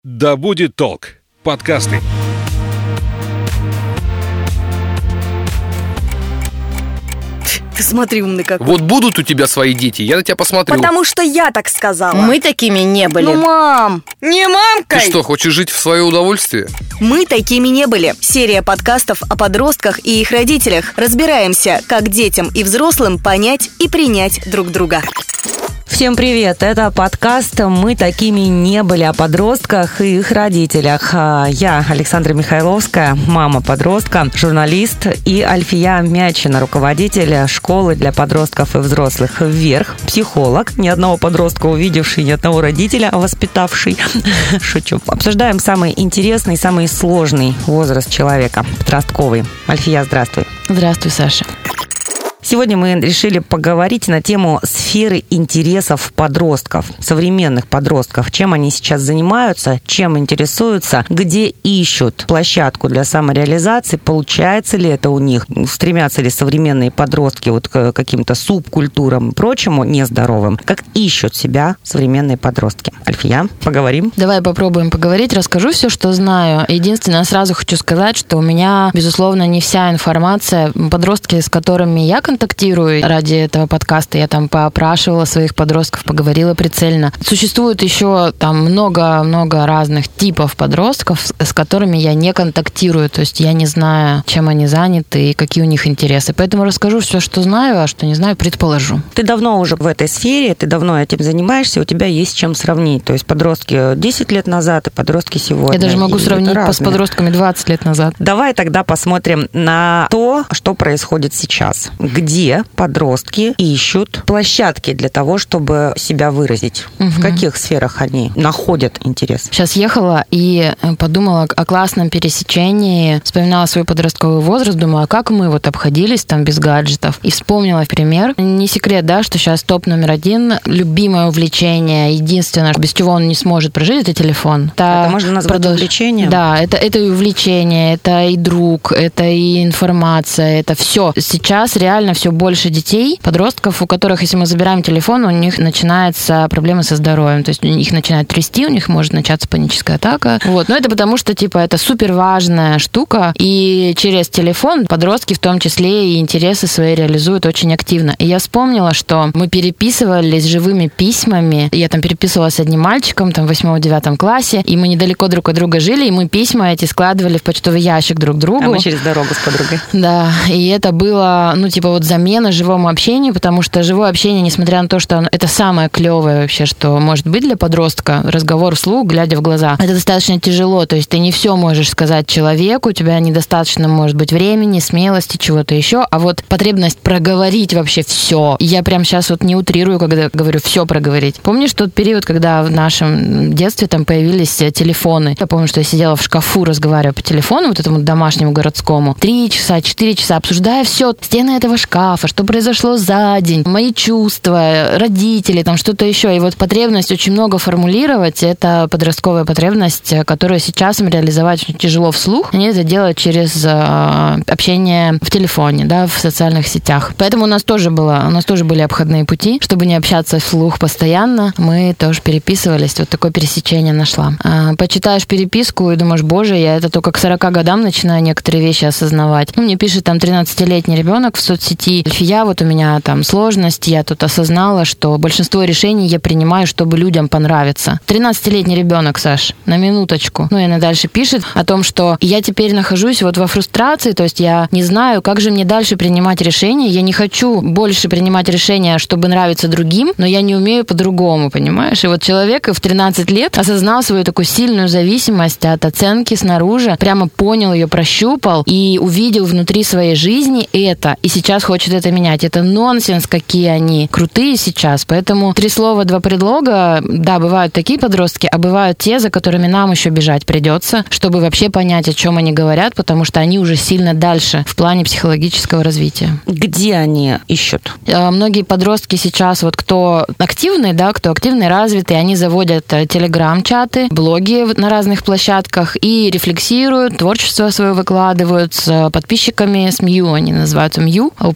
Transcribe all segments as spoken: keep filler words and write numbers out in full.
Да будет толк. Подкасты. Ты смотри, умный какой. Вот будут у тебя свои дети, я на тебя посмотрю. Потому что я так сказала. Мы такими не были. Ну, мам, не мамкой. Ты что, хочешь жить в свое удовольствие? Мы такими не были. Серия подкастов о подростках и их родителях. Разбираемся, как детям и взрослым понять и принять друг друга. Всем привет! Это подкаст «Мы такими не были» о подростках и их родителях. Я Александра Михайловская, мама подростка, журналист, и Альфия Мячина, руководитель школы для подростков и взрослых «Вверх», психолог, ни одного подростка увидевший, ни одного родителя воспитавший. Шучу. Обсуждаем самый интересный, самый сложный возраст человека, подростковый. Альфия, здравствуй. Здравствуй, Саша. Сегодня мы решили поговорить на тему сферы интересов подростков, современных подростков. Чем они сейчас занимаются, чем интересуются, где ищут площадку для самореализации, получается ли это у них, стремятся ли современные подростки вот к каким-то субкультурам и прочему нездоровым, как ищут себя современные подростки. Альфия, поговорим? Давай попробуем поговорить, расскажу все, что знаю. Единственное, сразу хочу сказать, что у меня, безусловно, не вся информация. Подростки, с которыми я контактирую ради этого подкаста, я там поопрашивала своих подростков, поговорила прицельно. Существует еще там много-много разных типов подростков, с которыми я не контактирую, то есть я не знаю, чем они заняты и какие у них интересы. Поэтому расскажу все, что знаю, а что не знаю, предположу. Ты давно уже в этой сфере, ты давно этим занимаешься, у тебя есть с чем сравнить. То есть подростки десять лет назад и подростки сегодня. Я даже могу сравнить с подростками двадцать лет назад. Давай тогда посмотрим на то, что происходит сейчас. Где подростки ищут площадки для того, чтобы себя выразить? Угу. В каких сферах они находят интерес? Сейчас ехала и подумала о классном пересечении, вспоминала свой подростковый возраст, думала, как мы вот обходились там без гаджетов. И вспомнила пример. Не секрет, да, что сейчас топ номер один, любимое увлечение, единственное, без чего он не сможет прожить, это телефон. Это, это можно назвать продолж... увлечением? Да, это, это и увлечение, это и друг, это и информация, это все. Сейчас реально все больше детей, подростков, у которых, если мы забираем телефон, у них начинается проблема со здоровьем. То есть их начинает трясти, у них может начаться паническая атака. Вот. Но это потому, что типа это супер важная штука, и через телефон подростки в том числе и интересы свои реализуют очень активно. И я вспомнила, что мы переписывались живыми письмами. Я там переписывалась с одним мальчиком там в восьмом-девятом классе, и мы недалеко друг от друга жили, и мы письма эти складывали в почтовый ящик друг другу. А мы через дорогу с подругой. Да, и это было, ну, типа вот замена живому общению, потому что живое общение, несмотря на то, что это самое клевое вообще, что может быть для подростка, разговор вслух, глядя в глаза, это достаточно тяжело, то есть ты не все можешь сказать человеку, у тебя недостаточно, может быть, времени, смелости, чего-то еще, а вот потребность проговорить вообще все. Я прям сейчас вот не утрирую, когда говорю все проговорить. Помнишь тот период, когда в нашем детстве там появились телефоны? Я помню, что я сидела в шкафу, разговаривая по телефону, вот этому домашнему городскому, три часа, четыре часа, обсуждая все, стены этого шкафа, что произошло за день, мои чувства, родители, там что-то еще. И вот потребность очень много формулировать, это подростковая потребность, которую сейчас им реализовать очень тяжело вслух. Они это делают через э, общение в телефоне, да, в социальных сетях. Поэтому у нас тоже было, у нас тоже были обходные пути, чтобы не общаться вслух постоянно. Мы тоже переписывались, вот такое пересечение нашла. Э, почитаешь переписку и думаешь, боже, я это только к сорока годам начинаю некоторые вещи осознавать. Ну, мне пишет там тринадцатилетний ребенок в соцсети, Альфия, вот у меня там сложность, я тут осознала, что большинство решений я принимаю, чтобы людям понравиться. тринадцатилетний ребенок, Саш, на минуточку. Ну, и она дальше пишет о том, что я теперь нахожусь вот во фрустрации, то есть я не знаю, как же мне дальше принимать решения, я не хочу больше принимать решения, чтобы нравиться другим, но я не умею по-другому, понимаешь? И вот человек в тринадцать лет осознал свою такую сильную зависимость от оценки снаружи, прямо понял ее, прощупал и увидел внутри своей жизни это, и сейчас хочет это менять. Это нонсенс, какие они крутые сейчас. Поэтому три слова, два предлога. Да, бывают такие подростки, а бывают те, за которыми нам еще бежать придется, чтобы вообще понять, о чем они говорят, потому что они уже сильно дальше в плане психологического развития. Где они ищут? Многие подростки сейчас, вот кто активный, да, кто активный, развитый, они заводят телеграм-чаты, блоги на разных площадках и рефлексируют, творчество свое выкладывают с подписчиками, с МЮ, они называются МЮ. У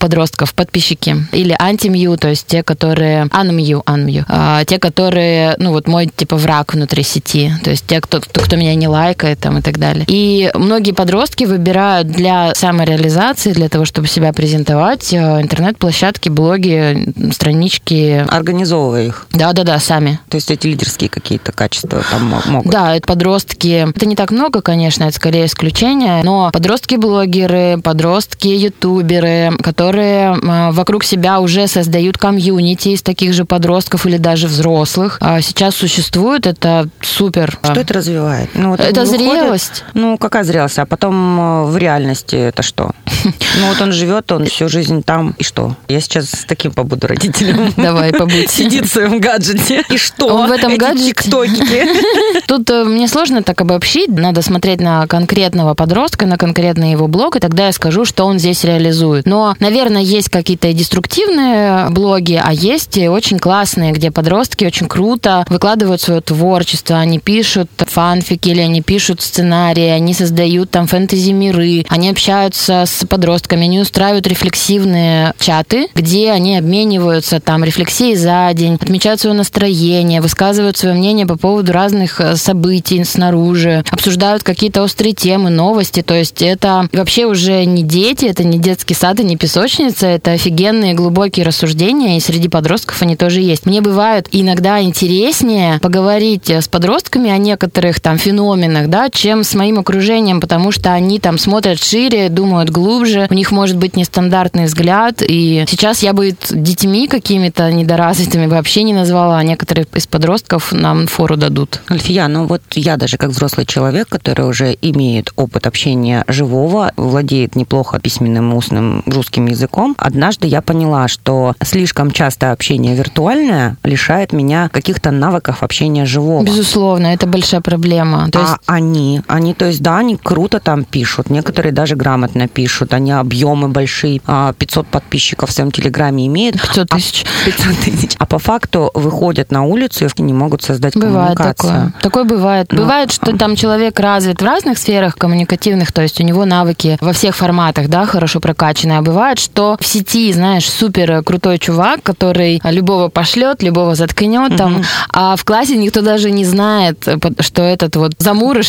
подростков подписчики. Или анти-мью, то есть те, которые... Ан-мью, ан-мью. А, те, которые, ну вот мой типа враг внутри сети. То есть те, кто, кто, кто меня не лайкает там, и так далее. И многие подростки выбирают для самореализации, для того, чтобы себя презентовать, интернет-площадки, блоги, странички. Организовывая их. Да-да-да, сами. То есть эти лидерские какие-то качества там могут. Да, это подростки. Это не так много, конечно, это скорее исключение, но подростки-блогеры, подростки-ютуберы, которые вокруг себя уже создают комьюнити из таких же подростков или даже взрослых. Сейчас существует, это супер. Что это развивает? Ну, вот это выходит, зрелость. Ну, какая зрелость? А потом в реальности это что? Ну, вот он живет, он всю жизнь там, и что? Я сейчас с таким побуду родителем. Давай, побудь. Сидит в своем гаджете. И что? Он в этом Эти гаджете... тиктокики. Тут мне сложно так обобщить. Надо смотреть на конкретного подростка, на конкретный его блог, и тогда я скажу, что он здесь реализует. Но, наверное, есть какие-то деструктивные блоги, а есть и очень классные, где подростки очень круто выкладывают свое творчество. Они пишут фанфики или они пишут сценарии, они создают там фэнтези-миры, они общаются с подростками, они устраивают рефлексивные чаты, где они обмениваются там рефлексией за день, отмечают свое настроение, высказывают свое мнение по поводу разных событий снаружи, обсуждают какие-то острые темы, новости. То есть это вообще уже не дети, это не детский сад и не песочница, это офигенные глубокие рассуждения, и среди подростков они тоже есть. Мне бывает иногда интереснее поговорить с подростками о некоторых там феноменах, да, чем с моим окружением, потому что они там смотрят шире, думают глубже, у них может быть нестандартный взгляд, и сейчас я бы детьми какими-то недоразвитыми вообще не назвала, а некоторые из подростков нам фору дадут. Альфия, ну вот я даже как взрослый человек, который уже имеет опыт общения живого, владеет неплохо письменным устным русским языком, однажды я поняла, что слишком часто общение виртуальное лишает меня каких-то навыков общения живого. Безусловно, это большая проблема. То а есть... они, они, то есть, да, они круто там пишут, некоторые даже грамотно пишут, они объемы большие, пятьсот подписчиков в своем телеграме имеют. пятьсот тысяч. А, пятьсот тысяч. А по факту выходят на улицу и не могут создать бывает коммуникацию. Такое. Такое бывает. Но... Бывает, что там человек развит в разных сферах коммуникативных, то есть у него навыки во всех форматах, да, хорошо прокачаны. А бывает, что в сети, знаешь, супер крутой чувак, который любого пошлет, любого заткнет, угу. там, а в классе никто даже не знает, что этот вот замурыш,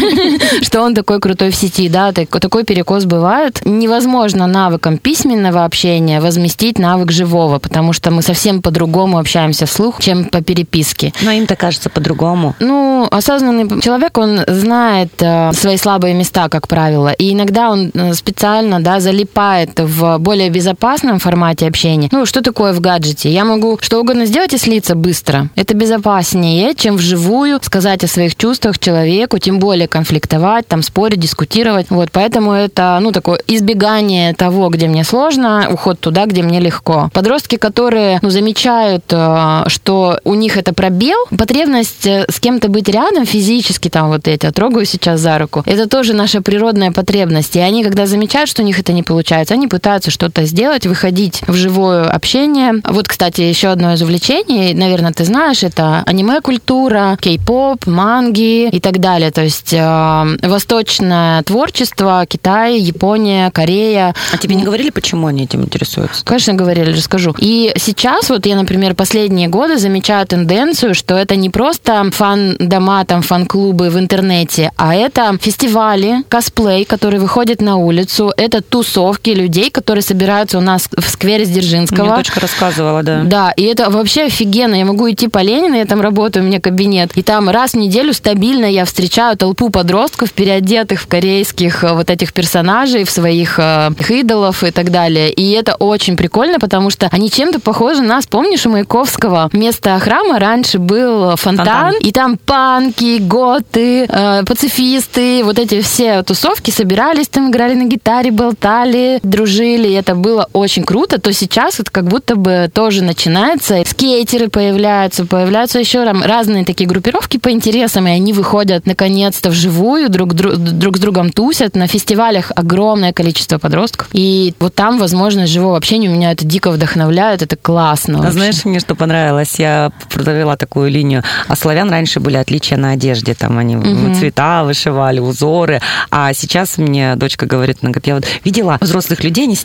что он такой крутой в сети, да, такой перекос бывает. Невозможно навыком письменного общения возместить навык живого, потому что мы совсем по-другому общаемся вслух, чем по переписке. Но им-то кажется по-другому. Ну, осознанный человек, он знает э, свои слабые места, как правило, и иногда он специально, да, залипает в более безопасном формате общения. Ну, что такое в гаджете? Я могу что угодно сделать и слиться быстро. Это безопаснее, чем вживую сказать о своих чувствах человеку, тем более конфликтовать, там, спорить, дискутировать. Вот, поэтому это, ну, такое избегание того, где мне сложно, уход туда, где мне легко. Подростки, которые, ну, замечают, что у них это пробел, потребность с кем-то быть рядом физически, там, вот я тебя трогаю сейчас за руку, это тоже наша природная потребность. И они, когда замечают, что у них это не получается, они пытаются что-то сделать, выходить в живое общение. Вот, кстати, еще одно из увлечений, наверное, ты знаешь, это аниме-культура, кей-поп, манги и так далее. То есть э, восточное творчество, Китай, Япония, Корея. А тебе не говорили, почему они этим интересуются? Конечно, говорили, расскажу. И сейчас вот я, например, последние годы замечаю тенденцию, что это не просто фан-дома, там, фан-клубы в интернете, а это фестивали, косплей, которые выходят на улицу, это тусовки людей, которые собираются у нас в сквере Дзержинского. Мне дочка рассказывала, да. Да, и это вообще офигенно. Я могу идти по Ленина, я там работаю, у меня кабинет, и там раз в неделю стабильно я встречаю толпу подростков, переодетых в корейских вот этих персонажей, в своих э, идолов и так далее. И это очень прикольно, потому что они чем-то похожи на, помнишь, у Маяковского вместо храма раньше был фонтан, фонтан. И там панки, готы, э, пацифисты, вот эти все тусовки собирались, там играли на гитаре, болтали, дружили, и это было очень круто. То сейчас вот как будто бы тоже начинается. Скейтеры появляются, появляются еще разные такие группировки по интересам, и они выходят наконец-то вживую, друг, друг, друг с другом тусят. На фестивалях огромное количество подростков. И вот там возможность живого общения, меня это дико вдохновляет, это классно. А знаешь, мне что понравилось? Я провела такую линию. А славян раньше были отличия на одежде, там они угу. цвета вышивали, узоры. А сейчас мне дочка говорит, она говорит, я вот видела взрослых людей, они сидят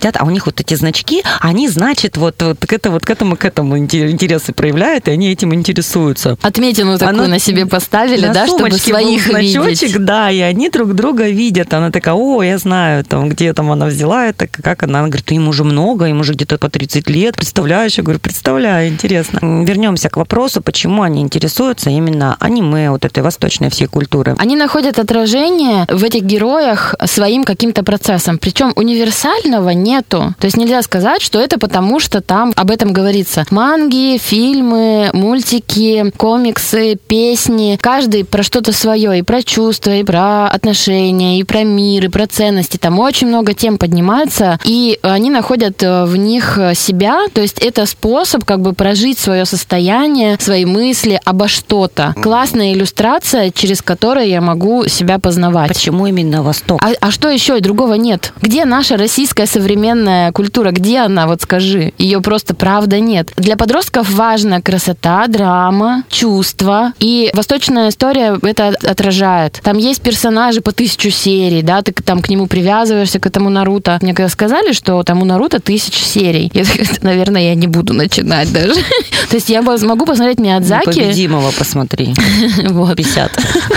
сидят, а у них вот эти значки, они, значит, вот, вот к этому, вот к этому, к этому интересы проявляют, и они этим интересуются. Отметину такую Она на себе поставили, на да, чтобы своих был значочек, видеть. Да, и они друг друга видят. Она такая, о, я знаю, там, где там она взяла это, как она. Она говорит, им уже много, им уже где-то по тридцать лет. Представляешь? Я говорю, представляю, интересно. Вернемся к вопросу, почему они интересуются именно аниме, вот этой восточной всей культуры. Они находят отражение в этих героях своим каким-то процессом. Причем универсального нету. То есть нельзя сказать, что это потому, что там об этом говорится. Манги, фильмы, мультики, комиксы, песни. Каждый про что-то свое. И про чувства, и про отношения, и про мир, и про ценности. Там очень много тем поднимается. И они находят в них себя. То есть это способ как бы прожить свое состояние, свои мысли обо что-то. Классная иллюстрация, через которую я могу себя познавать. Почему именно Восток? А, а что еще? И другого нет. Где наша российская современная культура? Где она? Вот скажи. Ее просто правда нет. Для подростков важна красота, драма, чувства. И восточная история это отражает. Там есть персонажи по тысячу серий, да, ты там к нему привязываешься, к этому Наруто. Мне когда сказали, что там у Наруто тысяча серий, я, наверное, я не буду начинать даже. То есть я могу посмотреть Миядзаки. Непобедимого посмотри. Вот. пятьдесят.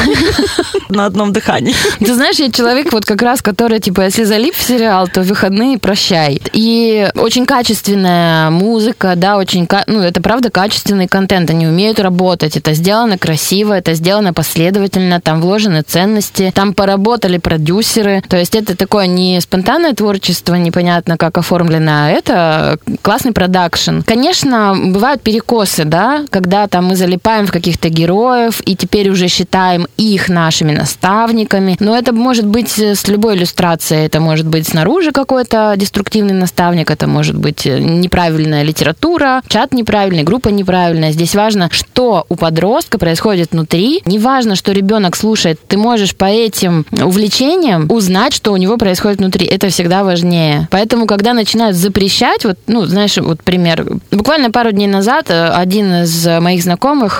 На одном дыхании. Ты знаешь, я человек вот как раз, который, типа, если залип в сериал, то выходные прощай. И очень качественная музыка, да, очень, ну, это правда качественный контент, они умеют работать, это сделано красиво, это сделано последовательно, там вложены ценности, там поработали продюсеры, то есть это такое не спонтанное творчество, непонятно как оформлено, а это классный продакшн. Конечно, бывают перекосы, да, когда там мы залипаем в каких-то героев и теперь уже считаем их нашими наставниками, но это может быть с любой иллюстрацией, это может быть снаружи какой-то деструктивный наставник, это может быть неправильная литература, чат неправильный, группа неправильная. Здесь важно, что у подростка происходит внутри. Не важно, что ребенок слушает, ты можешь по этим увлечениям узнать, что у него происходит внутри. Это всегда важнее. Поэтому, когда начинают запрещать, вот, ну, знаешь, вот пример. Буквально пару дней назад один из моих знакомых,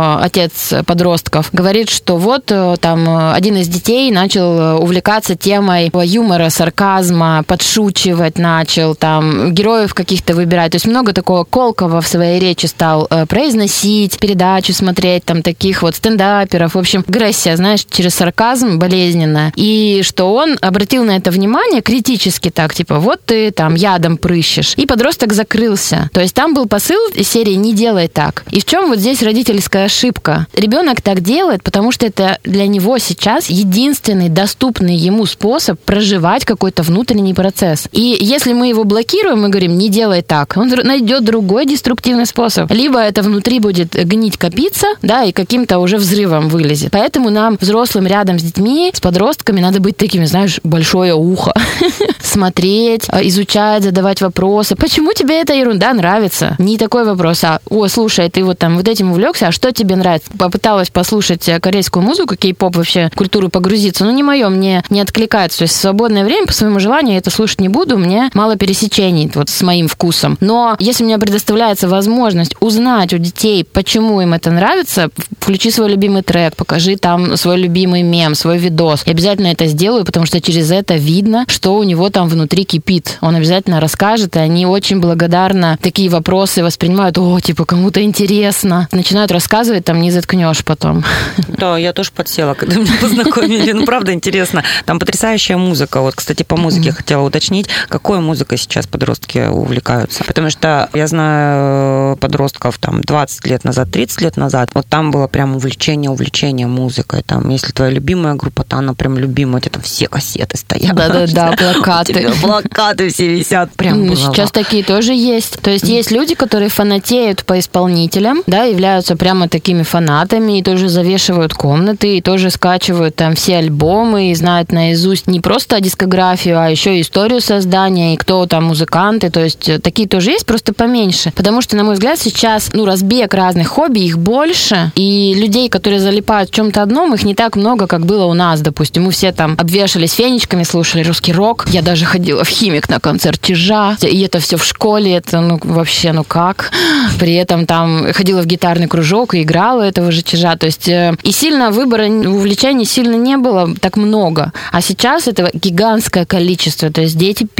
отец подростков, говорит, что вот там один из детей начал увлекаться темой юмора, сарказма, подшучивать начал, там, героев каких-то выбирать. То есть много такого колкого в своей речи стал произносить, передачу смотреть, там, таких вот стендаперов. В общем, агрессия, знаешь, через сарказм болезненная. И что он обратил на это внимание критически так, типа, вот ты там ядом прыщешь. И подросток закрылся. То есть там был посыл из серии «не делай так». И в чем вот здесь родительская ошибка? Ребенок так делает, потому что это для него сейчас единственный доступный ему способ проживать какой-то внутренний процесс. И если мы его блокируем, мы говорим, не делай так, он найдет другой деструктивный способ. Либо это внутри будет гнить, копиться, да, и каким-то уже взрывом вылезет. Поэтому нам, взрослым, рядом с детьми, с подростками, надо быть такими, знаешь, большое ухо. Смотреть, изучать, задавать вопросы. Почему тебе эта ерунда нравится? Не такой вопрос, а, о, слушай, ты вот там вот этим увлекся, а что тебе нравится? Попыталась послушать корейскую музыку, кей-поп, вообще культуру погрузиться, но не мое, мне не откликается. То есть в свободное время, по своему желанию, я это слушать не буду, мне мало пересечений вот с моим вкусом. Но если мне предоставляется возможность узнать у детей, почему им это нравится, включи свой любимый трек, покажи там свой любимый мем, свой видос. Я обязательно это сделаю, потому что через это видно, что у него там внутри кипит. Он обязательно расскажет, и они очень благодарно такие вопросы воспринимают, о, типа, кому-то интересно. Начинают рассказывать, там не заткнешь потом. Да, я тоже подсела, когда меня познакомили. Ну, правда, интересно. Там потрясающая музыка. Вот, кстати, по музыке mm-hmm. хотела уточнить, какой музыкой сейчас подростки увлекаются. Потому что я знаю подростков там двадцать лет назад, тридцать лет назад, вот там было прям увлечение, увлечение музыкой. Там, если твоя любимая группа, то она прям любимая. У тебя там все кассеты стоят. Да-да-да, плакаты. Плакаты все висят. Прям сейчас такие тоже есть. То есть есть люди, которые фанатеют по исполнителям, да, являются прямо такими фанатами и тоже завешивают комнаты, и тоже скачивают там все альбомы и знают наизусть не просто дискографию, а еще и историю создания, и кто там музыканты. То есть такие тоже есть, просто поменьше. Потому что, на мой взгляд, сейчас, ну, разбег разных хобби, их больше, и людей, которые залипают в чем-то одном, их не так много, как было у нас, допустим. Мы все там обвешались фенечками, слушали русский рок. Я даже ходила в Химик на концерт Чижа, и это все в школе, это, ну, вообще, ну как? При этом там ходила в гитарный кружок и играла этого же Чижа. То есть и сильно выбора, увлечений сильно не было, так много. А сейчас этого гигантское количество. То есть дети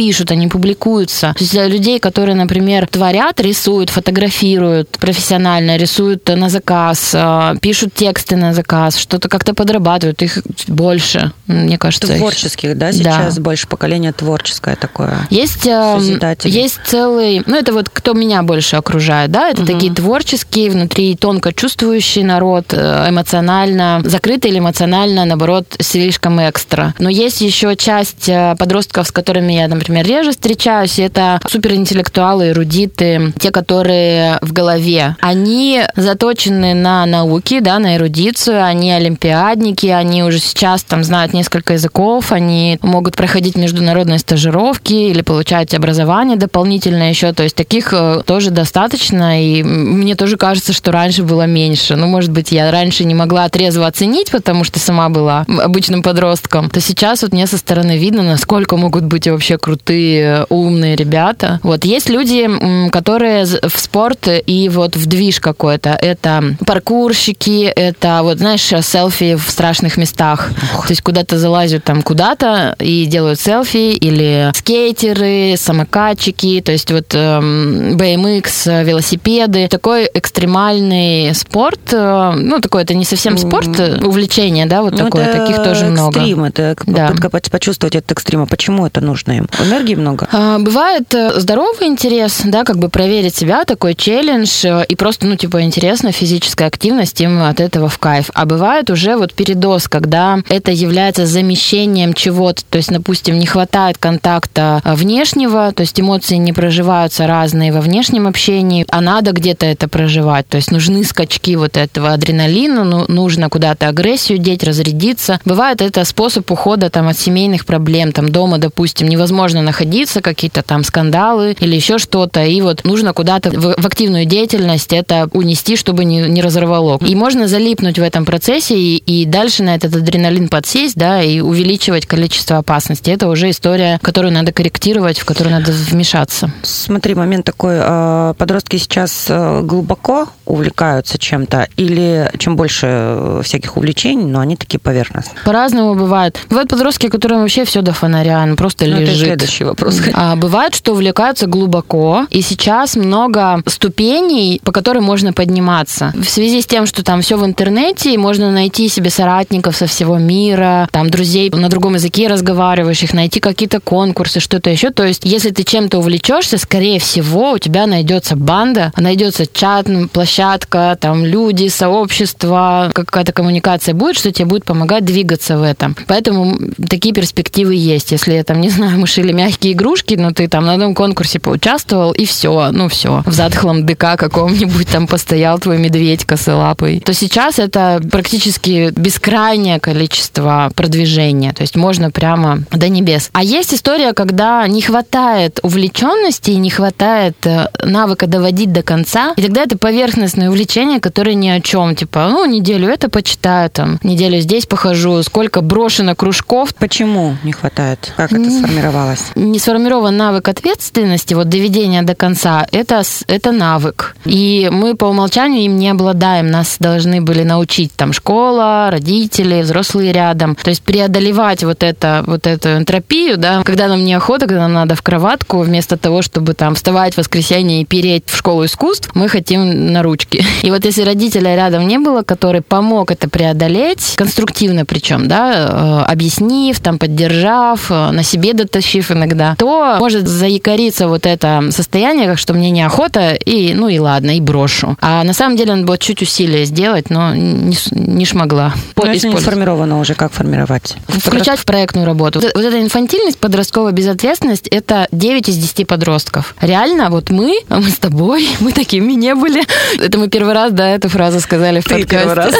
пишут, они публикуются. То есть для людей, которые, например, творят, рисуют, фотографируют профессионально, рисуют на заказ, пишут тексты на заказ, что-то как-то подрабатывают, их больше, мне кажется. Творческих, да, сейчас да. больше поколение творческое такое. Есть, есть целый, ну это вот кто меня больше окружает, да, это угу. такие творческие, внутри тонко чувствующий народ, эмоционально закрытый или эмоционально, наоборот, слишком экстра. Но есть еще часть подростков, с которыми я, например, реже встречаюсь, это суперинтеллектуалы, эрудиты, те, которые в голове. Они заточены на науки, да, на эрудицию, они олимпиадники, они уже сейчас там знают несколько языков, они могут проходить международные стажировки или получать образование дополнительное еще, то есть таких тоже достаточно, и мне тоже кажется, что раньше было меньше. Ну, может быть, я раньше не могла трезво оценить, потому что сама была обычным подростком, то сейчас вот мне со стороны видно, насколько могут быть вообще крутые, умные ребята. Вот есть люди, которые в спорт и вот в движ какой-то. Это паркурщики, это вот, знаешь, селфи в страшных местах. Ох. То есть куда-то залазят там куда-то и делают селфи, или скейтеры, самокатчики, то есть вот эм, би эм икс, велосипеды. Такой экстремальный спорт, э, ну, такой, это не совсем спорт, увлечение, да, вот ну, такое, таких тоже экстрим, много. Экстрим, это да. попытка почувствовать этот экстрим. А почему это нужно им? Энергии много? А, бывает здоровый интерес, да, как бы проверить себя, такой челлендж, и просто, ну, типа, интересно, физическая активность, им от этого в кайф. А бывает уже вот передоз, когда это является замещением чего-то, то есть, допустим, не хватает контакта внешнего, то есть эмоции не проживаются разные во внешнем общении, а надо где-то это проживать, то есть нужны скачки вот этого адреналина, ну, нужно куда-то агрессию деть, разрядиться. Бывает это способ ухода там от семейных проблем, там дома, допустим, невозможно находиться, какие-то там скандалы или еще что-то, и вот нужно куда-то в, в активную деятельность это унести, чтобы не, не разорвало. И можно залипнуть в этом процессе и, и дальше на этот адреналин подсесть, да, и увеличивать количество опасности. Это уже история, которую надо корректировать, в которую надо вмешаться. Смотри, момент такой, подростки сейчас глубоко увлекаются чем-то или чем больше всяких увлечений, но они такие поверхностные? По-разному бывает. Бывают подростки, которым вообще все до фонаря, просто ну, лежит. Это следующий вопрос. А бывает, что увлекаются глубоко, и сейчас много ступеней, по которым можно подниматься. В связи с тем, что там все в интернете, можно найти себе соратников со всего мира, там друзей на другом языке разговаривающих, найти какие-то конкурсы, что-то еще. То есть, если ты чем-то увлечешься, скорее всего, у тебя найдется банда, найдется чат, площадка, там люди, сообщество, какая-то коммуникация будет, что тебе будет помогать двигаться в этом. Поэтому такие перспективы есть. Если, я там, не знаю, мы шили мягкие игрушки, но ты там на одном конкурсе поучаствовал, и все, ну все. В затхлом ДК каком-нибудь там постоял твой медведь косолапый, то сейчас это практически бескрайнее количество продвижения. То есть можно прямо до небес. А есть история, когда не хватает увлеченности, не хватает навыка доводить до конца, и тогда это поверхностное увлечение, которое ни о чем. Типа, ну, неделю это почитаю, там, неделю здесь похожу, сколько брошено кружков. Почему не хватает? Как это сформировалось? Не сформирован навык ответственности, вот доведение до конца, это, это навык. И мы по умолчанию им не обладаем. Нас должны были научить там школа, родители, взрослые рядом. То есть преодолевать вот, это, вот эту энтропию, да, когда нам неохота, когда нам надо в кроватку, вместо того, чтобы там вставать в воскресенье и переть в школу искусств, мы хотим на ручки. И вот если родителя рядом не было, который помог это преодолеть, конструктивно причем, да, объяснив, там, поддержав, на себе дотащив иногда, то может заякориться вот это состояние, что мне неохота, и ну и ладно, и брошу. А на самом деле надо было чуть усилия сделать, но не, не шмогла. Но если не сформировано уже, как формировать? Включать в проектную работу. Вот, вот эта инфантильность, подростковая безответственность, это девять из десяти подростков. Реально, вот мы, мы с тобой, мы такими не были. Это мы первый раз, да, эту фразу сказали в подкасте. Ты первый раз.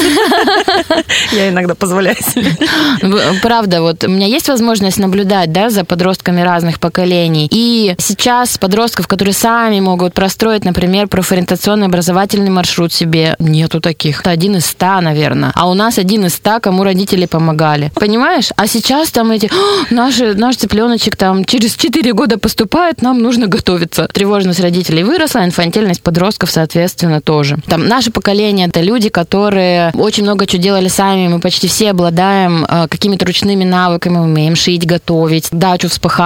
Я иногда позволяю себе. Правда, вот у меня есть возможность наблюдать, да, за подростками разных поколений. И сейчас подростков, которые сами могут простроить, например, профориентационный образовательный маршрут себе, нету таких. Это один из ста, наверное. А у нас один из ста, кому родители помогали. Понимаешь? А сейчас там эти, наши, наш цыпленочек там через четыре года поступает, нам нужно готовиться. Тревожность родителей выросла, инфантильность подростков, соответственно, тоже. Там наше поколение — это люди, которые очень много чего делали сами. Мы почти все обладаем э, какими-то ручными навыками, умеем шить, готовить, дачу вспахать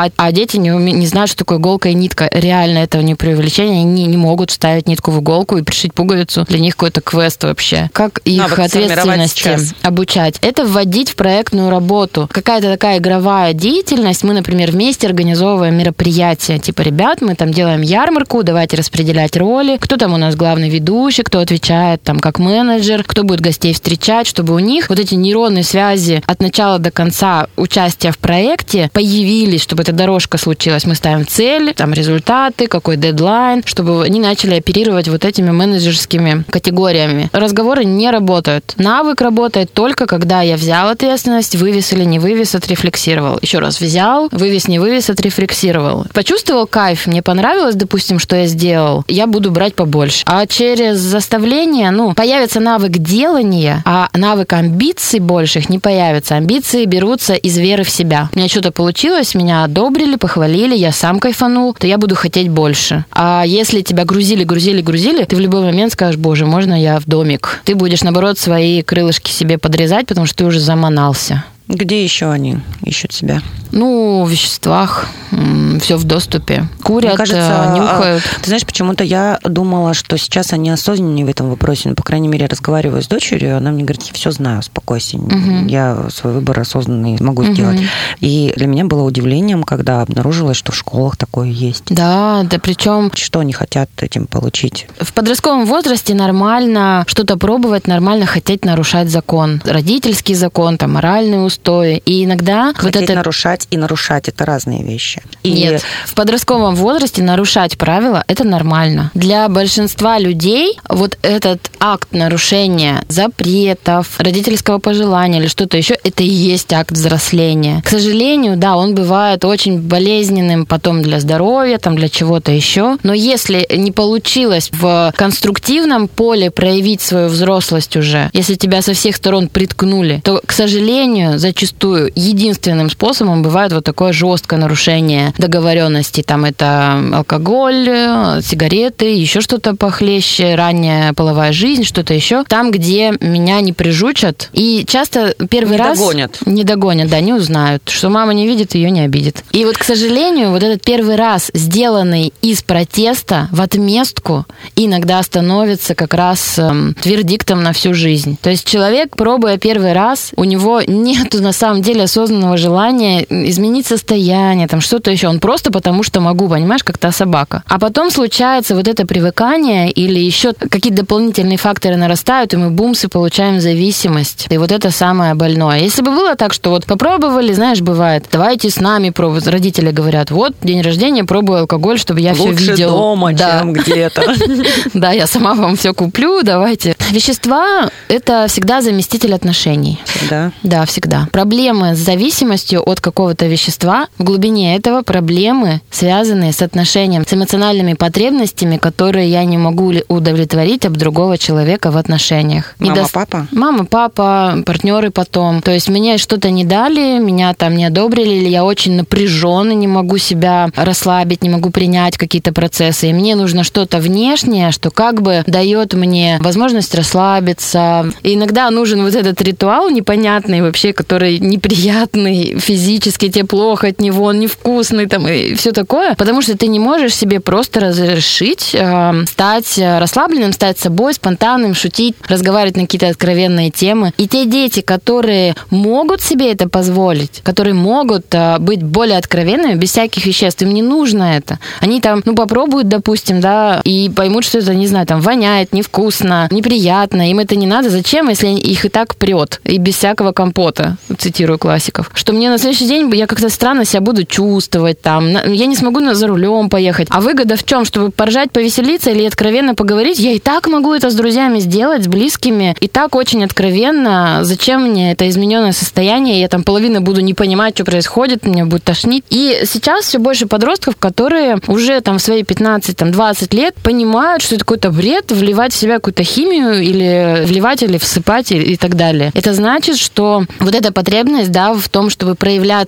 вязать, а дети не, уме... не знают, что такое иголка и нитка. Реально этого не преувеличение. Они не могут вставить нитку в иголку и пришить пуговицу. Для них какой-то квест вообще. Как их Навык ответственности обучать? Это вводить в проектную работу. Какая-то такая игровая деятельность. Мы, например, вместе организовываем мероприятия. Типа, ребят, мы там делаем ярмарку, давайте распределять роли. Кто там у нас главный ведущий, кто отвечает там как менеджер, кто будет гостей встречать, чтобы у них вот эти нейронные связи от начала до конца участия в проекте появились, чтобы эта дорожка случилась. Мы ставим цель, там результаты, какой дедлайн, чтобы они начали оперировать вот этими менеджерскими категориями. Разговоры не работают. Навык работает только когда я взял ответственность, вывез или не вывез, отрефлексировал. Еще раз, взял, вывез, не вывез, отрефлексировал. Почувствовал кайф, мне понравилось, допустим, что я сделал, я буду брать побольше. А через заставление, ну, появится навык делания, а навык амбиций больших не появится. Амбиции берутся из веры в себя. У меня что-то получилось, меня одобрили, похвалили, я сам кайфанул, то я буду хотеть больше. А если тебя грузили, грузили, грузили, ты в любой момент скажешь: боже, можно я в домик? Ты будешь, наоборот, свои крылышки себе подрезать, потому что ты уже заманался. Где еще они ищут себя? Ну, в веществах, все в доступе. Курят, Мне кажется, нюхают. Ты знаешь, почему-то я думала, что сейчас они осознаннее в этом вопросе. Ну, по крайней мере, разговариваю с дочерью, она мне говорит: я все знаю, успокойся. Угу. Я свой выбор осознанный могу угу. сделать. И для меня было удивлением, когда обнаружилось, что в школах такое есть. Да, да, причем... Что они хотят этим получить? В подростковом возрасте нормально что-то пробовать, нормально хотеть нарушать закон. Родительский закон, там, моральные устои. И иногда... Хотеть вот это... нарушать и нарушать – это разные вещи. И... Нет, в подростковом возрасте нарушать правила – это нормально. Для большинства людей вот этот акт нарушения запретов, родительского пожелания или что-то еще – это и есть акт взросления. К сожалению, да, он бывает очень болезненным потом для здоровья, там, для чего-то еще. Но если не получилось в конструктивном поле проявить свою взрослость уже, если тебя со всех сторон приткнули, то, к сожалению, зачастую единственным способом бывает вот такое жесткое нарушение договоренности. Там это алкоголь, сигареты, еще что-то похлеще, ранняя половая жизнь, что-то еще. Там, где меня не прижучат. И часто первый не раз... догонят. Не догонят, да, не узнают. Что мама не видит, ее не обидит. И вот, к сожалению, вот этот первый раз, сделанный из протеста в отместку, иногда становится как раз эм, вердиктом на всю жизнь. То есть человек, пробуя первый раз, у него нету на самом деле осознанного желания изменить состояние, там что-то еще. Он просто потому, что могу, понимаешь, как та собака. А потом случается вот это привыкание или еще какие-то дополнительные факторы нарастают, и мы бумс и получаем зависимость. И вот это самое больное. Если бы было так, что вот попробовали, знаешь, бывает, давайте с нами пробовать. Родители говорят: вот, день рождения, пробую алкоголь, чтобы я все видел. Лучше дома, да. чем где-то. Да, я сама вам все куплю, давайте. Вещества – это всегда заместитель отношений. Да? Да, всегда. Проблемы с зависимостью от какого-то вещества, в глубине этого проблемы, связанные с отношением, с эмоциональными потребностями, которые я не могу удовлетворить об другого человека в отношениях. Мама, Недо... папа? Мама, папа, партнеры потом. То есть мне что-то не дали, меня там не одобрили, или я очень напряжен и не могу себя расслабить, не могу принять какие-то процессы. И мне нужно что-то внешнее, что как бы дает мне возможность расслабиться. И иногда нужен вот этот ритуал непонятный вообще, который неприятный, физически тебе плохо от него, он невкусный там, и все такое, потому что ты не можешь себе просто разрешить э, стать расслабленным, стать собой, спонтанным, шутить, разговаривать на какие-то откровенные темы. И те дети, которые могут себе это позволить, которые могут э, быть более откровенными, без всяких веществ, им не нужно это. Они там, ну, попробуют, допустим, да, и поймут, что это, не знаю, там, воняет, невкусно, неприятно, им это не надо. Зачем, если их и так прет, и без всякого компота, цитирую классиков, что мне на следующий день я как-то странно себя буду чувствовать, там, я не смогу за рулем поехать. А выгода в чем? Чтобы поржать, повеселиться или откровенно поговорить? Я и так могу это с друзьями сделать, с близкими, и так очень откровенно. Зачем мне это измененное состояние? Я там половину буду не понимать, что происходит, мне будет тошнить. И сейчас все больше подростков, которые уже там в свои пятнадцать-двадцать лет понимают, что это какой-то бред, вливать в себя какую-то химию или вливать, или всыпать, и, и так далее. Это значит, что вот эта потребность, да, в том, чтобы проявляться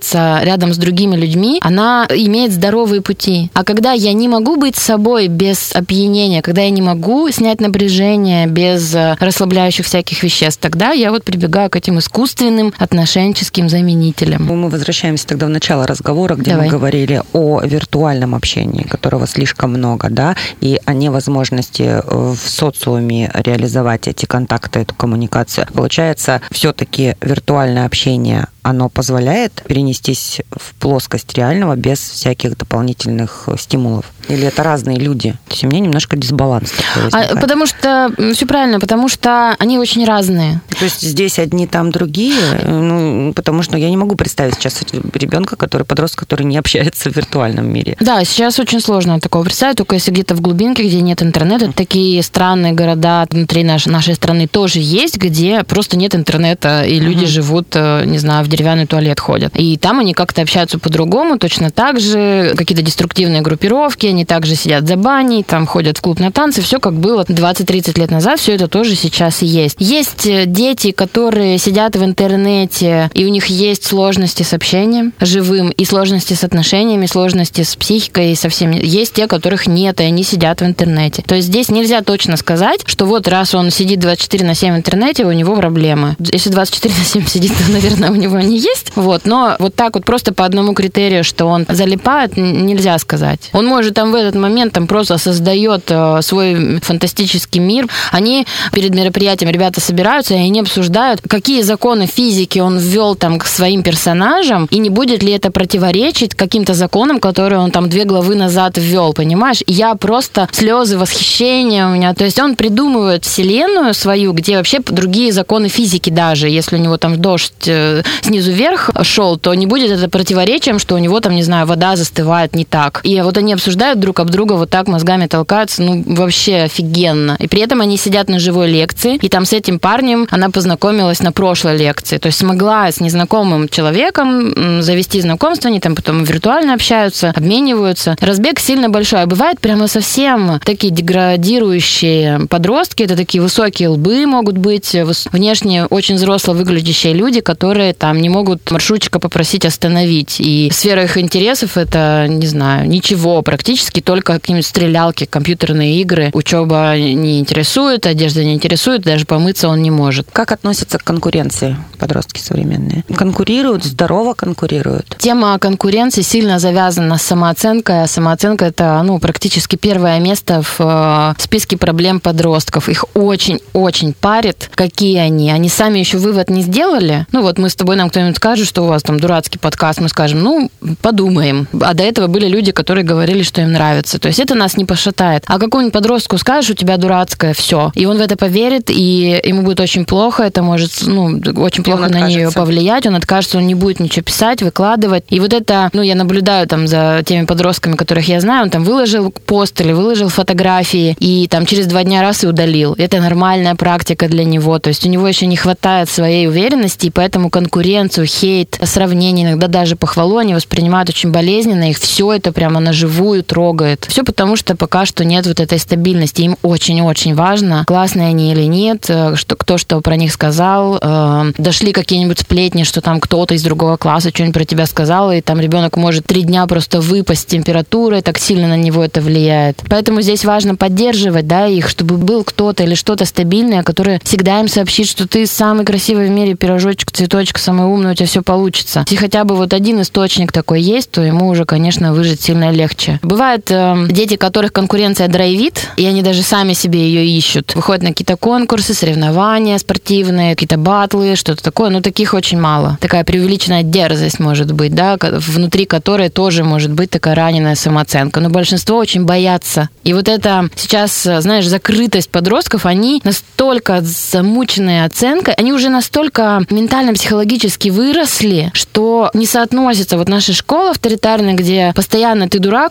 находится рядом с другими людьми, она имеет здоровые пути. А когда я не могу быть собой без опьянения, когда я не могу снять напряжение без расслабляющих всяких веществ, тогда я вот прибегаю к этим искусственным отношенческим заменителям. Мы возвращаемся тогда в начало разговора, где Давай. мы говорили о виртуальном общении, которого слишком много, да, и о невозможности в социуме реализовать эти контакты, эту коммуникацию. Получается, все-таки виртуальное общение, оно позволяет перенестись в плоскость реального без всяких дополнительных стимулов? Или это разные люди? То есть у меня немножко дисбаланс такой возникает. А, потому что, все правильно, потому что они очень разные. То есть здесь одни, там другие? Ну, потому что я не могу представить сейчас ребенка, который, подростка, который не общается в виртуальном мире. Да, сейчас очень сложно такого представить, только если где-то в глубинке, где нет интернета, такие странные города внутри нашей, нашей страны тоже есть, где просто нет интернета, и люди uh-huh. живут, не знаю, в деревянный туалет ходят. И там они как-то общаются по-другому, точно так же, какие-то деструктивные группировки, они также сидят за баней, там ходят в клуб на танцы, все как было двадцать-тридцать лет назад, все это тоже сейчас и есть. Есть дети, которые сидят в интернете, и у них есть сложности с общением живым, и сложности с отношениями, сложности с психикой, и со всем. Есть те, которых нет, и они сидят в интернете. То есть здесь нельзя точно сказать, что вот раз он сидит двадцать четыре на семь в интернете, у него проблемы. Если двадцать четыре на семь сидит, то, наверное, у него они есть. Вот. Но вот так вот просто по одному критерию, что он залипает, нельзя сказать. Он может там в этот момент там просто создает свой фантастический мир. Они перед мероприятием, ребята собираются, и они обсуждают, какие законы физики он ввел там к своим персонажам, и не будет ли это противоречить каким-то законам, которые он там две главы назад ввел, понимаешь? И я просто слезы восхищения у меня. То есть он придумывает вселенную свою, где вообще другие законы физики даже. Если у него там дождь снизу вверх шел, то не будет это противоречием, что у него там, не знаю, вода застывает не так. И вот они обсуждают друг об друга, вот так мозгами толкаются, ну, вообще офигенно. И при этом они сидят на живой лекции, и там с этим парнем она познакомилась на прошлой лекции. То есть смогла с незнакомым человеком завести знакомство, они там потом виртуально общаются, обмениваются. Разбег сильно большой. А бывает прямо совсем такие деградирующие подростки, это такие высокие лбы могут быть, внешне очень взросло выглядящие люди, которые там не могут маршрутчика попросить остановить. И сфера их интересов это, не знаю, ничего практически, только какие-нибудь стрелялки, компьютерные игры. Учеба не интересует, одежда не интересует, даже помыться он не может. Как относятся к конкуренции подростки современные? Конкурируют, здорово конкурируют? Тема конкуренции сильно завязана с самооценкой, а самооценка это, ну, практически первое место в списке проблем подростков. Их очень-очень парит, какие они. Они сами еще вывод не сделали. Ну, вот мы с тобой, нам кто-нибудь скажет, что у вас там дурацкий подкаст, мы скажем, ну, подумаем. А до этого были люди, которые говорили, что им нравится. То есть это нас не пошатает. А какому-нибудь подростку скажешь, у тебя дурацкое, все. И он в это поверит, и ему будет очень плохо, это может, ну, очень плохо на нее повлиять, он откажется, он не будет ничего писать, выкладывать. И вот это, ну, я наблюдаю там за теми подростками, которых я знаю, он там выложил пост или выложил фотографии, и там через два дня раз и удалил. Это нормальная практика для него. То есть у него еще не хватает своей уверенности, и поэтому конкуренцию, хейт, сравнение, иногда даже похвалу они воспринимают очень болезненно, их все это прямо наживую трогает. Все потому, что пока что нет вот этой стабильности. Им очень-очень важно, классные они или нет, что, кто что про них сказал, э, дошли какие-нибудь сплетни, что там кто-то из другого класса что-нибудь про тебя сказал, и там ребенок может три дня просто выпасть с температурой, так сильно на него это влияет. Поэтому здесь важно поддерживать, да, их, чтобы был кто-то или что-то стабильное, которое всегда им сообщит, что ты самый красивый в мире пирожочек, цветочек, самый умный, у тебя все получится. Если хотя бы вот один источник такой есть, то ему уже, конечно, выжить сильно легче. Бывают э, дети, которых конкуренция драйвит, и они даже сами себе ее ищут. Выходят на какие-то конкурсы, соревнования спортивные, какие-то батлы, что-то такое, но таких очень мало. Такая преувеличенная дерзость может быть, да, внутри которой тоже может быть такая раненая самооценка. Но большинство очень боятся. И вот это сейчас, знаешь, закрытость подростков, они настолько замученные оценкой, они уже настолько ментально-психологически выросли, что не соотносится вот наша школа авторитарная, где постоянно ты дурак или ты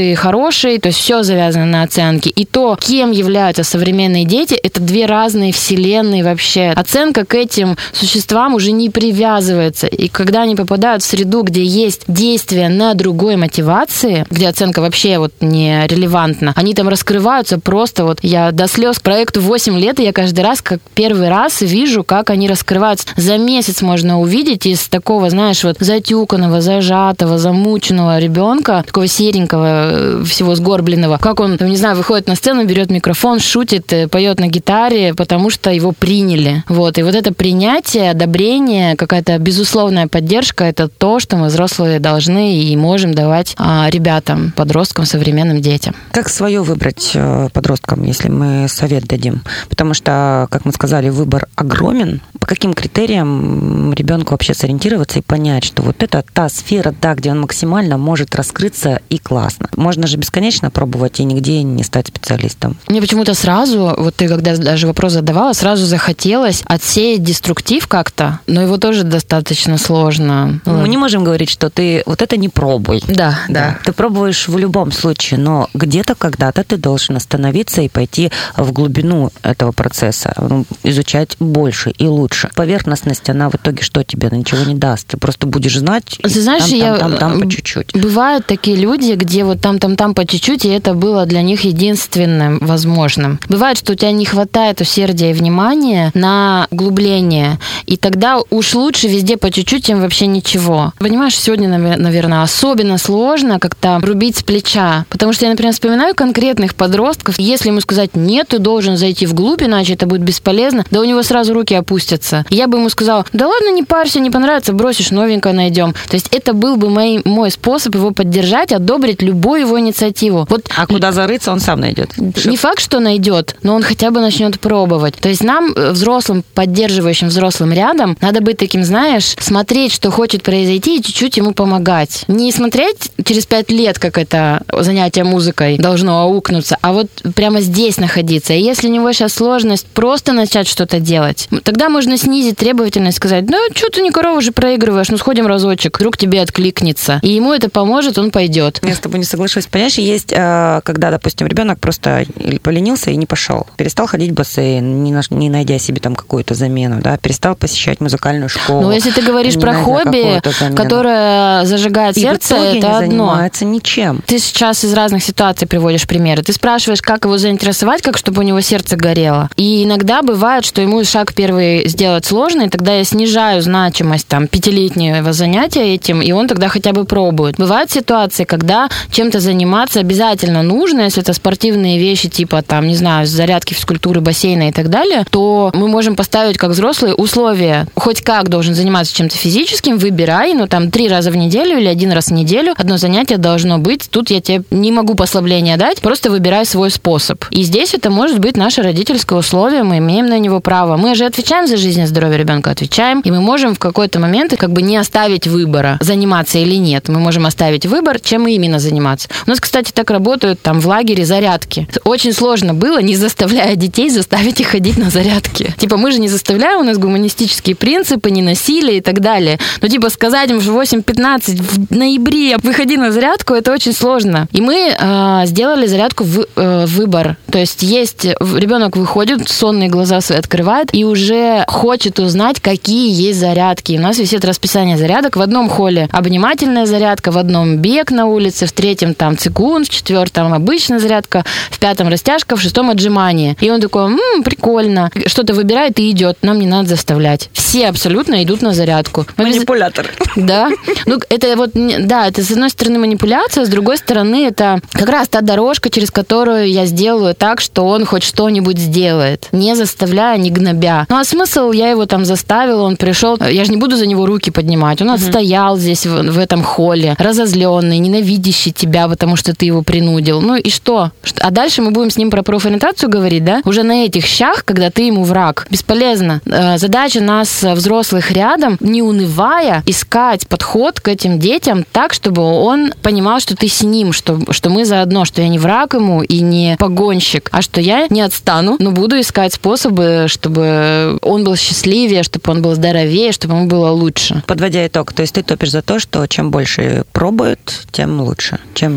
ты хороший, то есть все завязано на оценке. И то, кем являются современные дети, это две разные вселенные вообще. Оценка к этим существам уже не привязывается. И когда они попадают в среду, где есть действие на другой мотивации, где оценка вообще вот не релевантна, они там раскрываются просто вот. Я до слез к проекту восемь лет, и я каждый раз, как первый раз, вижу, как они раскрываются. За месяц можно увидеть из такого, знаешь, вот затюканного, зажатого, замученного ребенка, такого серенького, всего сгорбленного, как он, не знаю, выходит на сцену, берет микрофон, шутит, поет на гитаре, потому что его приняли. Вот. И вот это принятие, одобрение, какая-то безусловная поддержка, это то, что мы, взрослые, должны и можем давать а, ребятам, подросткам, современным детям. Как свое выбрать подросткам, если мы совет дадим? Потому что, как мы сказали, выбор огромен. По каким критериям ребенку вообще сориентироваться и понять, что вот это та сфера, да, где он максимально может раскрыться и классно? Можно же бесконечно пробовать и нигде не стать специалистом. Мне почему-то сразу, вот ты когда даже вопрос задавала, сразу захотелось отсеять деструктив как-то, но его тоже достаточно сложно. Мы не можем говорить, что ты вот это не пробуй. Да, да. Ты пробуешь в любом случае, но где-то когда-то ты должен остановиться и пойти в глубину этого процесса, изучать больше и лучше. Поверхностность, она в итоге что тебе? Она ничего не даст. Ты просто будешь знать, ты знаешь, там, я... там, там, там по чуть-чуть. Бывают такие люди, где вот там-там-там по чуть-чуть, и это было для них единственным возможным. Бывает, что у тебя не хватает усердия и внимания на углубление, и тогда уж лучше везде по чуть-чуть, чем вообще ничего. Понимаешь, сегодня, наверное, особенно сложно как-то рубить с плеча, потому что я, например, вспоминаю конкретных подростков, если ему сказать «нет, ты должен зайти вглубь, иначе это будет бесполезно», да у него сразу руки опустятся. И я бы ему сказала: да ладно, не парься, не понравится, бросишь, новенькое найдем. То есть это был бы мой, мой способ его поддержать, одобрить любую его инициативу. Вот, а куда зарыться, он сам найдет. Не факт, что найдет, но он хотя бы начнет пробовать. То есть нам, взрослым, поддерживающим взрослым рядом, надо быть таким, знаешь, смотреть, что хочет произойти, и чуть-чуть ему помогать. Не смотреть через пять лет, как это занятие музыкой должно аукнуться, а вот прямо здесь находиться. И если у него сейчас сложность, просто начать что-то делать. Тогда можно снизить требовательность, сказать: ну, что ты не корову же проигрываешь, ну, сходим разочек, вдруг тебе откликнется. И ему это поможет, он пойдет. Я с тобой не соглашусь. Понимаешь, есть, когда, допустим, ребенок просто поленился и не пошел, перестал ходить в бассейн, не, наш, не найдя себе там какую-то замену, да, перестал посещать музыкальную школу. Ну, если ты говоришь про хобби, которое зажигает и сердце, в итоге это не одно. занимается ничем. Ты сейчас из разных ситуаций приводишь примеры. Ты спрашиваешь, как его заинтересовать, как чтобы у него сердце горело. И иногда бывает, что ему шаг первый сделать сложно, и тогда я снижаю значимость там пятилетнего занятия этим, и он тогда хотя бы пробует. Бывают ситуации, когда чем-то заниматься обязательно нужно, если это спортивные вещи, типа там, не знаю, зарядки, физкультуры, бассейна и так далее, то мы можем поставить как взрослые условия. Хоть как должен заниматься чем-то физическим, выбирай, ну там три раза в неделю или один раз в неделю одно занятие должно быть. Тут я тебе не могу послабления дать, просто выбирай свой способ. И здесь это может быть наше родительское условие, мы имеем на него право. Мы же отвечаем за жизнь и здоровье ребенка, отвечаем, и мы можем в какой-то момент как бы не оставить выбора, заниматься или нет. Мы можем оставить выбор, чем именно заниматься. У нас, кстати, так работают там в лагере зарядки. Очень сложно было, не заставляя детей, заставить их ходить на зарядки. Типа мы же не заставляем, у нас гуманистические принципы, не насилие и так далее. Но типа сказать им в восемь пятнадцать в ноябре выходи на зарядку, это очень сложно. И мы э, сделали зарядку в э, выбор. То есть есть ребенок выходит, сонные глаза свои открывает и уже хочет узнать, какие есть зарядки. И у нас висит расписание зарядок. В одном холле обнимательная зарядка, в одном бег на улице, в третьем там цигун, в четвертом обычная зарядка, в пятом растяжка, в шестом отжимание. И он такой: м-м, прикольно. Что-то выбирает и идет. Нам не надо заставлять. Все абсолютно идут на зарядку. Манипулятор. Да. Ну, это вот, да, это с одной стороны манипуляция, с другой стороны это как раз та дорожка, через которую я сделаю так, что он хоть что-нибудь сделает, не заставляя, не гнобя. Ну, а смысл? Я его там заставила, он пришел, я же не буду за него руки поднимать. Он uh-huh. отстоял здесь, в, в этом холле, разозленный, ненавидящий тебя, потому что ты его принудил. Ну и что? А дальше мы будем с ним про профориентацию говорить, да? Уже на этих щах, когда ты ему враг. Бесполезно. Задача нас, взрослых, рядом, не унывая, искать подход к этим детям так, чтобы он понимал, что ты с ним, что, что мы заодно, что я не враг ему и не погонщик, а что я не отстану, но буду искать способы, чтобы он был счастливее, чтобы он был здоровее, чтобы ему было лучше. Подводя итог, то есть ты топишь за то, что чем больше пробуют, тем лучше, чем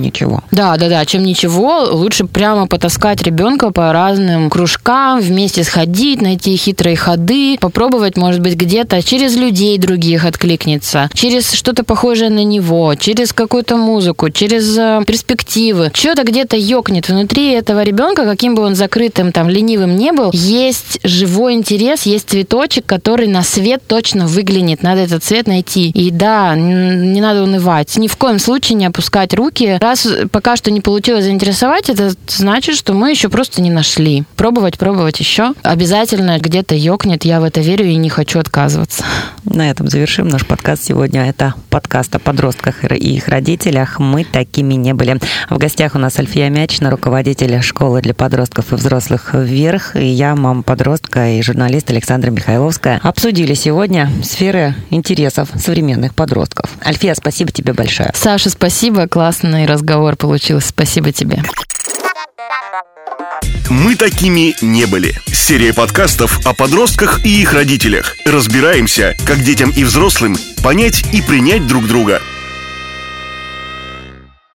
ничего. Да, да, да, чем ничего. Лучше прямо потаскать ребенка по разным кружкам, вместе сходить, найти хитрые ходы, попробовать, может быть, где-то через людей других откликнется, через что-то похожее на него, через какую-то музыку, через э, перспективы. Что-то где-то ёкнет внутри этого ребенка, каким бы он закрытым, там, ленивым не был, есть живой интерес, есть цветочек, который на свет точно выглянет. Надо этот цвет найти. И да, не надо унывать. Ни в коем случае не опускать руки. Раз пока что не получилось заинтересовать, это значит, что мы еще просто не нашли. Пробовать, пробовать еще. Обязательно где-то ёкнет. Я в это верю и не хочу отказываться. На этом завершим наш подкаст сегодня. Это подкаст о подростках и их родителях. Мы такими не были. В гостях у нас Альфия Мячина, руководитель школы для подростков и взрослых «Вверх», и я, мама подростка и журналист Александра Михайловская. Обсудили сегодня сферы интересов современных подростков. Альфия, спасибо тебе большое. Саша, спасибо. Классный разговор получился. Спасибо тебе. Мы такими не были. Серия подкастов о подростках и их родителях. Разбираемся, как детям и взрослым понять и принять друг друга.